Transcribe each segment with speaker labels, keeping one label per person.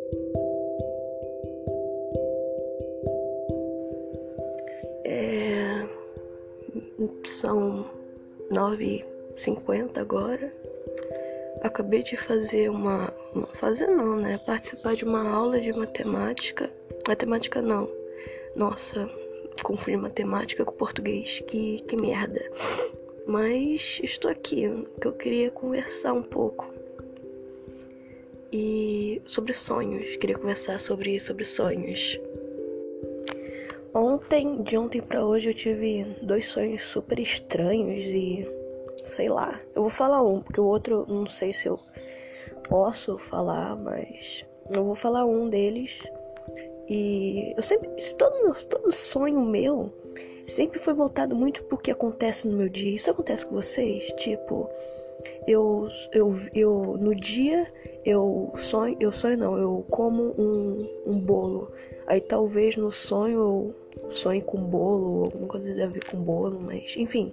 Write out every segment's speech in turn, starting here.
Speaker 1: São 9h50 agora. Acabei de fazer participar de uma aula de matemática. Matemática não. Nossa, confundi matemática com português. Que merda. Mas estou aqui, que eu queria conversar um pouco. E sobre sonhos. Queria conversar sobre sonhos. De ontem pra hoje eu tive 2 sonhos super estranhos e sei lá. Eu vou falar um, porque o outro não sei se eu posso falar, mas eu vou falar um deles. E eu sempre, todo sonho meu sempre foi voltado muito pro que acontece no meu dia. Isso acontece com vocês? Tipo, eu no dia eu como um bolo. Aí talvez no sonho eu sonhe com bolo, alguma coisa a ver com bolo, mas enfim.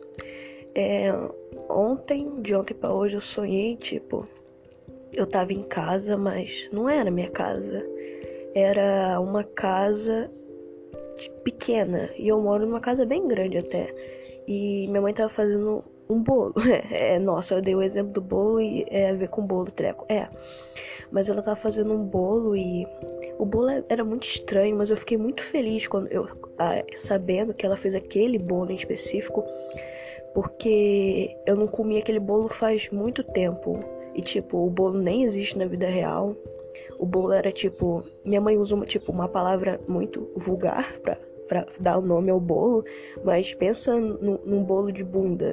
Speaker 1: De ontem pra hoje eu sonhei, tipo, eu tava em casa, mas não era minha casa. Era uma casa pequena, e eu moro numa casa bem grande até. E minha mãe tava fazendo um bolo. Nossa, eu dei o exemplo do bolo e a ver com bolo, treco. Mas ela tava fazendo um bolo e o bolo era muito estranho, mas eu fiquei muito feliz sabendo que ela fez aquele bolo em específico, porque eu não comi aquele bolo faz muito tempo. E tipo, o bolo nem existe na vida real. O bolo era tipo, minha mãe usa uma palavra muito vulgar pra dar o nome ao bolo, mas pensa num bolo de bunda.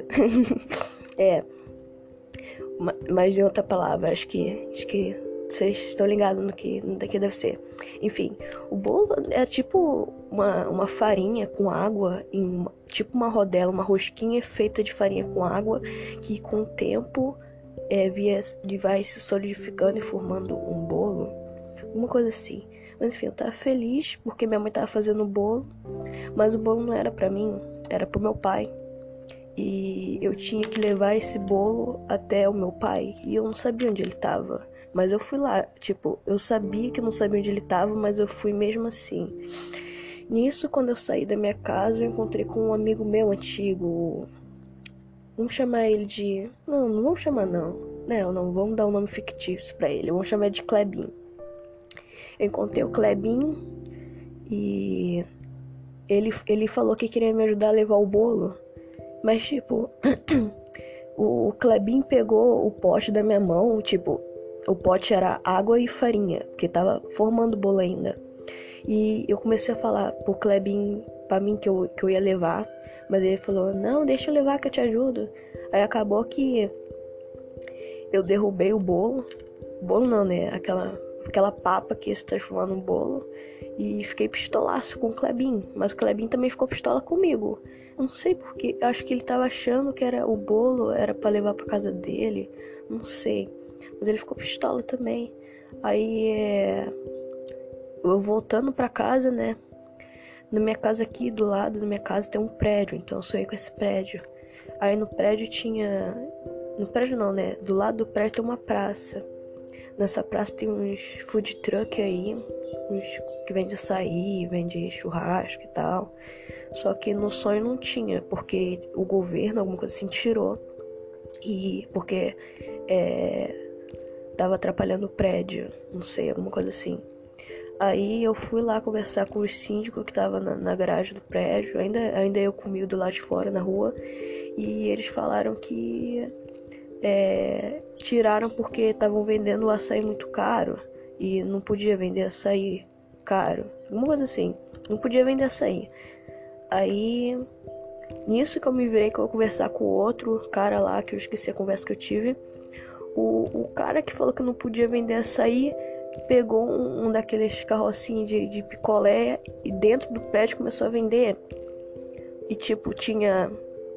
Speaker 1: Mas em outra palavra, acho que vocês estão ligados no que deve ser. Enfim, o bolo é tipo uma farinha com água, tipo uma rodela, uma rosquinha feita de farinha com água, que com o tempo vai se solidificando e formando um bolo, uma coisa assim. Mas enfim, eu tava feliz porque minha mãe tava fazendo o bolo, mas o bolo não era pra mim, era pro meu pai. E eu tinha que levar esse bolo até o meu pai, e eu não sabia onde ele tava. Mas eu fui lá, tipo, eu sabia que eu não sabia onde ele tava, mas eu fui mesmo assim. Nisso, quando eu saí da minha casa, eu encontrei com um amigo meu antigo. Vamos chamar ele de... Não vamos chamar não. Não, vamos dar um nome fictício pra ele. Vamos chamar de Clebinho. Eu encontrei o Clebinho e ele falou que queria me ajudar a levar o bolo. Mas tipo, o Clebinho pegou o pote da minha mão, tipo, o pote era água e farinha, porque tava formando o bolo ainda. E eu comecei a falar pro Clebinho, pra mim, que eu ia levar. Mas ele falou, não, deixa eu levar que eu te ajudo. Aí acabou que eu derrubei o bolo. Bolo não, né? Aquela papa que ia se transformar num bolo. E fiquei pistolaço com o Clebinho. Mas o Clebinho também ficou pistola comigo. Eu não sei porquê. Eu acho que ele tava achando que o bolo era pra levar pra casa dele. Não sei. Mas ele ficou pistola também. Aí eu voltando pra casa, né? Na minha casa aqui, do lado da minha casa tem um prédio, então eu sonhei com esse prédio. Aí no prédio no prédio não, né? Do lado do prédio tem uma praça. Nessa praça tem uns food truck aí, uns que vende açaí, vende churrasco e tal. Só que no sonho não tinha, porque o governo, alguma coisa assim, tirou. E porque tava atrapalhando o prédio, não sei, alguma coisa assim. Aí eu fui lá conversar com o síndico que tava na garagem do prédio, ainda eu comigo do lado de fora, na rua, e eles falaram que tiraram porque estavam vendendo o açaí muito caro, e não podia vender açaí caro, alguma coisa assim, não podia vender açaí. Aí, nisso que eu me virei que eu vou conversar com o outro cara lá, que eu esqueci a conversa que eu tive, o cara que falou que não podia vender açaí pegou um daqueles carrocinhos de picolé e dentro do prédio começou a vender. E tipo, tinha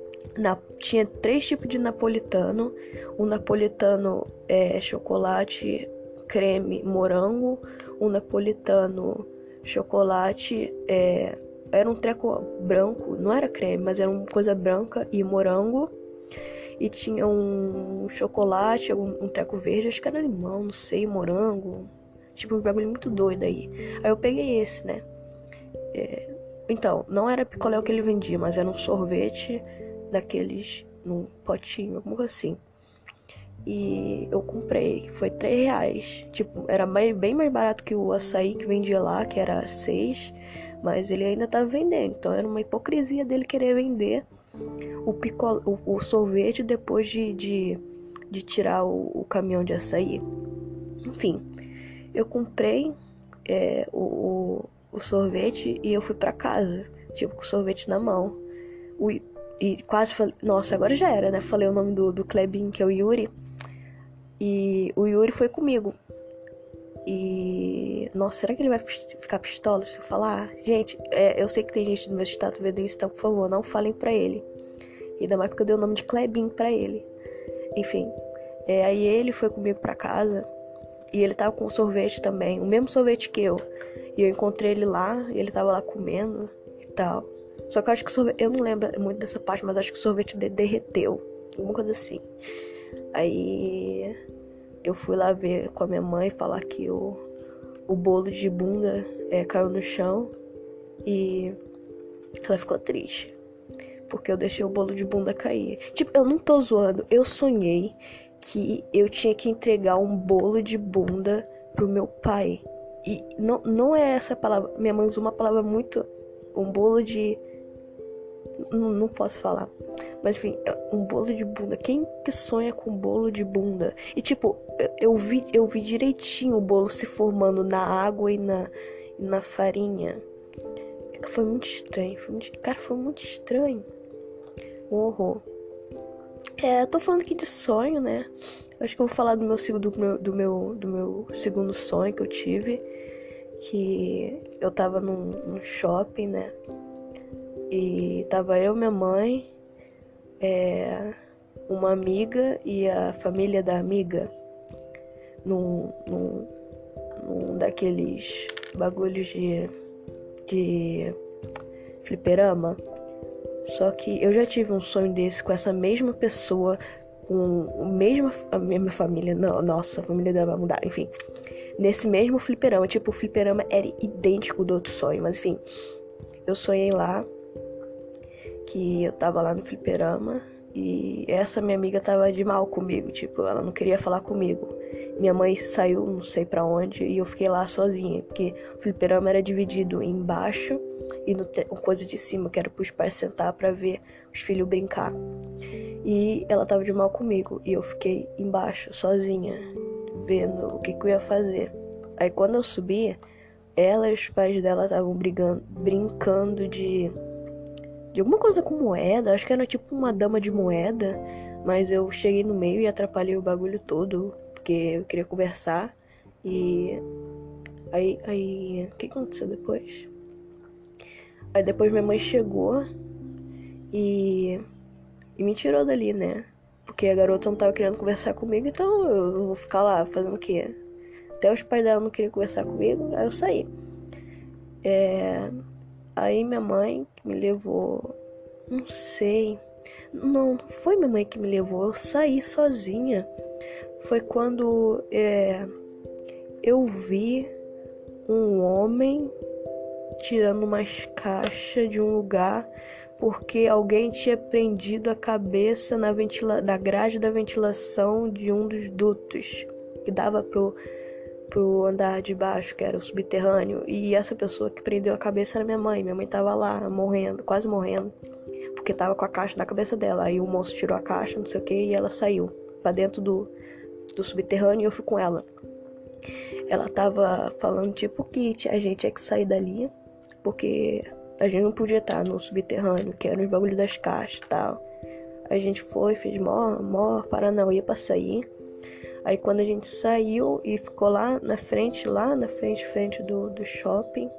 Speaker 1: 3 tipos de napolitano. O napolitano chocolate, creme, morango. O napolitano chocolate era um treco branco, não era creme, mas era uma coisa branca e morango. E tinha um chocolate, um treco verde, acho que era limão, não sei, morango. tipo, um bagulho muito doido aí. Aí eu peguei esse, né? Então, não era picolé o que ele vendia, mas era um sorvete daqueles num potinho, alguma coisa assim. E eu comprei, foi R$ 3. Tipo, era bem mais barato que o açaí que vendia lá, que era 6. Mas ele ainda tava vendendo. Então era uma hipocrisia dele querer vender o sorvete depois de tirar o caminhão de açaí. Enfim, eu comprei o sorvete e eu fui pra casa, tipo, com o sorvete na mão. E quase falei, nossa, agora já era, né? Falei o nome do Klebin, que é o Yuri. E o Yuri foi comigo. E, nossa, será que ele vai ficar pistola se eu falar? Gente, eu sei que tem gente do meu estado vendo isso, então, por favor, não falem pra ele. E ainda mais porque eu dei o nome de Klebin pra ele. Enfim, aí ele foi comigo pra casa. E ele tava com sorvete também, o mesmo sorvete que eu. E eu encontrei ele lá, e ele tava lá comendo e tal. Só que eu acho que o sorvete, eu não lembro muito dessa parte, mas acho que o sorvete derreteu. Alguma coisa assim. Aí eu fui lá ver com a minha mãe, falar que o bolo de bunda caiu no chão. E ela ficou triste, porque eu deixei o bolo de bunda cair. Tipo, eu não tô zoando, eu sonhei que eu tinha que entregar um bolo de bunda pro meu pai. E não é essa palavra. Minha mãe usou uma palavra muito... Um bolo de... Não posso falar. Mas enfim, um bolo de bunda. Quem que sonha com bolo de bunda? E tipo, eu vi direitinho o bolo se formando na água e na farinha. Foi muito estranho. Cara, foi muito estranho. Um horror. Eu tô falando aqui de sonho, né? Acho que eu vou falar do meu segundo sonho que eu tive. Que eu tava num shopping, né? E tava eu, minha mãe, uma amiga e a família da amiga num daqueles bagulhos de fliperama. Só que eu já tive um sonho desse com essa mesma pessoa, a mesma família. Não, nossa, a família dela vai mudar, enfim. Nesse mesmo fliperama, tipo, o fliperama era idêntico do outro sonho, mas enfim. Eu sonhei lá, que eu tava lá no fliperama, e essa minha amiga tava de mal comigo, tipo, ela não queria falar comigo. Minha mãe saiu, não sei pra onde, e eu fiquei lá sozinha, porque o fliperama era dividido embaixo e no coisa de cima, que era pros pais sentar pra ver os filhos brincar. E ela tava de mal comigo, e eu fiquei embaixo, sozinha, vendo o que eu ia fazer. Aí quando eu subi, ela e os pais dela estavam brincando de alguma coisa com moeda, acho que era tipo uma dama de moeda, mas eu cheguei no meio e atrapalhei o bagulho todo, porque eu queria conversar. E aí o que aconteceu depois? Aí depois minha mãe chegou e me tirou dali, né? Porque a garota não tava querendo conversar comigo, então eu vou ficar lá fazendo o quê? Até os pais dela não queriam conversar comigo, aí eu saí. Aí minha mãe me levou, não sei, não foi minha mãe que me levou, eu saí sozinha. Foi quando eu vi um homem tirando umas caixas de um lugar porque alguém tinha prendido a cabeça na grade da ventilação de um dos dutos que dava pro andar de baixo, que era o subterrâneo. E essa pessoa que prendeu a cabeça era minha mãe. Minha mãe tava lá, morrendo, quase morrendo, porque tava com a caixa na cabeça dela. Aí o moço tirou a caixa, não sei o que, e ela saiu pra dentro do subterrâneo e eu fui com ela. Ela tava falando tipo que a gente tinha que sair dali, porque a gente não podia estar no subterrâneo, que era os bagulho das caixas e tal. A gente foi, fez mó paranoia pra sair. Aí quando a gente saiu e ficou lá na frente do shopping,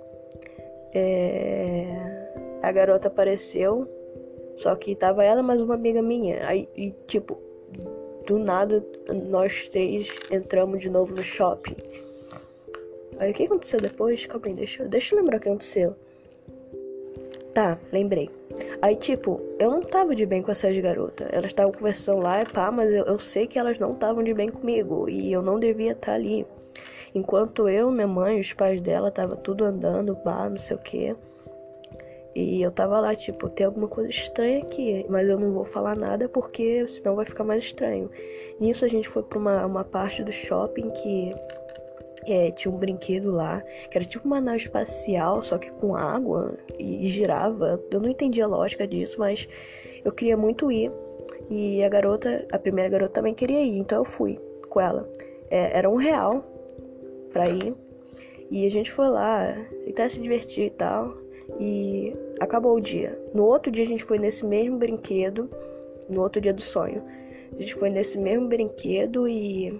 Speaker 1: a garota apareceu, só que tava ela mais uma amiga minha. Aí, e, tipo, do nada, nós três entramos de novo no shopping. Aí o que aconteceu depois? Calma aí, deixa eu lembrar o que aconteceu. Tá, lembrei. Aí, tipo, eu não tava de bem com essas garotas. Elas estavam conversando lá, pá, mas eu sei que elas não estavam de bem comigo. E eu não devia estar ali. Enquanto eu, minha mãe, os pais dela, tava tudo andando, bar, não sei o quê. E eu tava lá, tipo, tem alguma coisa estranha aqui, mas eu não vou falar nada porque senão vai ficar mais estranho. Nisso a gente foi pra uma parte do shopping que tinha um brinquedo lá, que era tipo uma nave espacial, só que com água e girava. Eu não entendi a lógica disso, mas eu queria muito ir. E a primeira garota também queria ir, então eu fui com ela. Era R$ 1 pra ir. E a gente foi lá, até se divertir e tal. E acabou o dia. No outro dia a gente foi nesse mesmo brinquedo, no outro dia do sonho. A gente foi nesse mesmo brinquedo e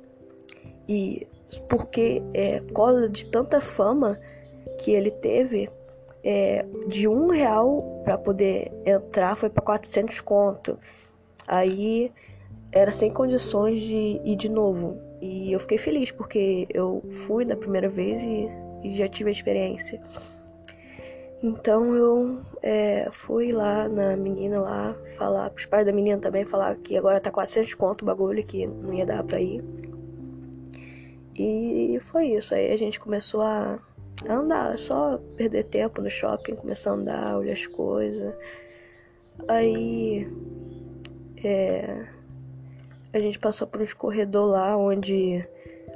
Speaker 1: porque por causa de tanta fama que ele teve, de R$ 1 pra poder entrar foi pra 400 conto. Aí era sem condições de ir de novo. E eu fiquei feliz porque eu fui da primeira vez e já tive a experiência. Então eu fui lá na menina lá, falar pros pais da menina também, falar que agora tá 400 conto o bagulho, que não ia dar pra ir. E foi isso, aí a gente começou a andar, só perder tempo no shopping, começar a andar, olhar as coisas. Aí a gente passou por uns corredores lá onde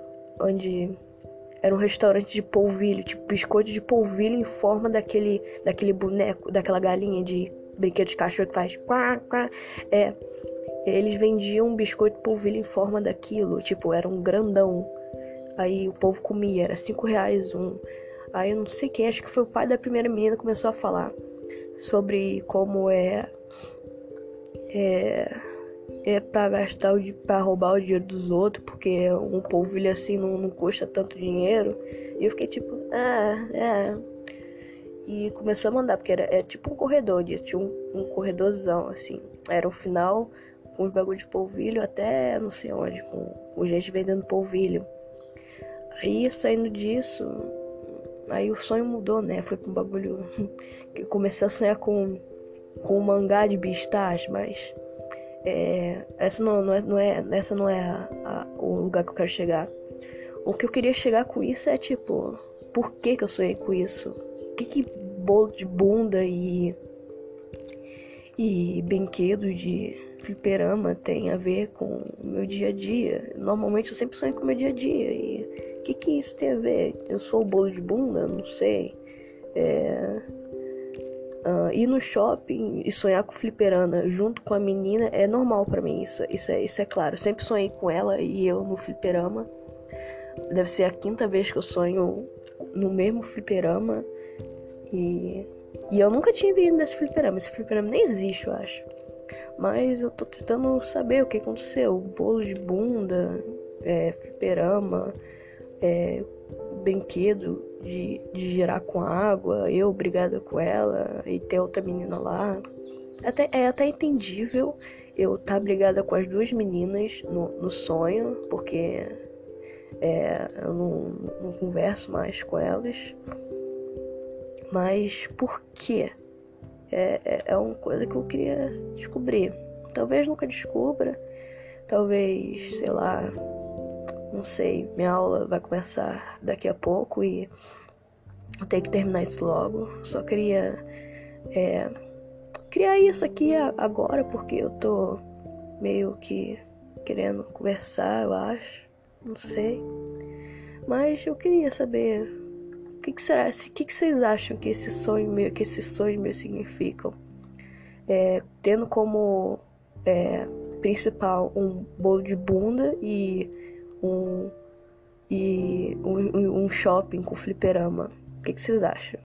Speaker 1: era um restaurante de polvilho, tipo biscoito de polvilho em forma daquele boneco, daquela galinha de brinquedo de cachorro que faz quá, quá. Eles vendiam um biscoito de polvilho em forma daquilo, tipo, era um grandão. Aí o povo comia, era R$ 5 um. Aí eu não sei quem, acho que foi o pai da primeira menina, começou a falar sobre como é pra gastar, pra roubar o dinheiro dos outros, porque um polvilho assim não custa tanto dinheiro. E eu fiquei tipo, E começou a mandar, porque era tipo um corredor disso, tinha um corredorzão, assim. Era o final com os bagulho de polvilho até não sei onde, com gente vendendo polvilho. Aí saindo disso, aí o sonho mudou, né? Foi pra um bagulho que eu comecei a sonhar com um mangá de Beastars, mas essa não é o lugar que eu quero chegar. O que eu queria chegar com isso é tipo, por que eu sonhei com isso? O que bolo de bunda e brinquedo de fliperama tem a ver com o meu dia a dia? Normalmente eu sempre sonho com o meu dia a dia. E o que isso tem a ver? Eu sou o bolo de bunda? Não sei. Ir no shopping e sonhar com fliperama junto com a menina é normal pra mim, isso é claro. Eu sempre sonhei com ela e eu no fliperama. Deve ser a 5ª vez que eu sonho no mesmo fliperama. E eu nunca tinha vindo nesse fliperama. Esse fliperama nem existe, eu acho. Mas eu tô tentando saber o que aconteceu. Bolo de bunda, fliperama, brinquedo de girar com água, eu brigada com ela e tem outra menina lá. É até entendível eu estar brigada com as duas meninas no sonho, porque eu não converso mais com elas. Mas por quê? É uma coisa que eu queria descobrir. Talvez nunca descubra. Talvez, sei lá, não sei, minha aula vai começar daqui a pouco e eu tenho que terminar isso logo. Só queria criar isso aqui agora, porque eu tô meio que querendo conversar, eu acho. Não sei. Mas eu queria saber o que será? O que vocês acham que esses sonhos meus significam? Tendo como principal um bolo de bunda e um shopping com fliperama. O que vocês acham?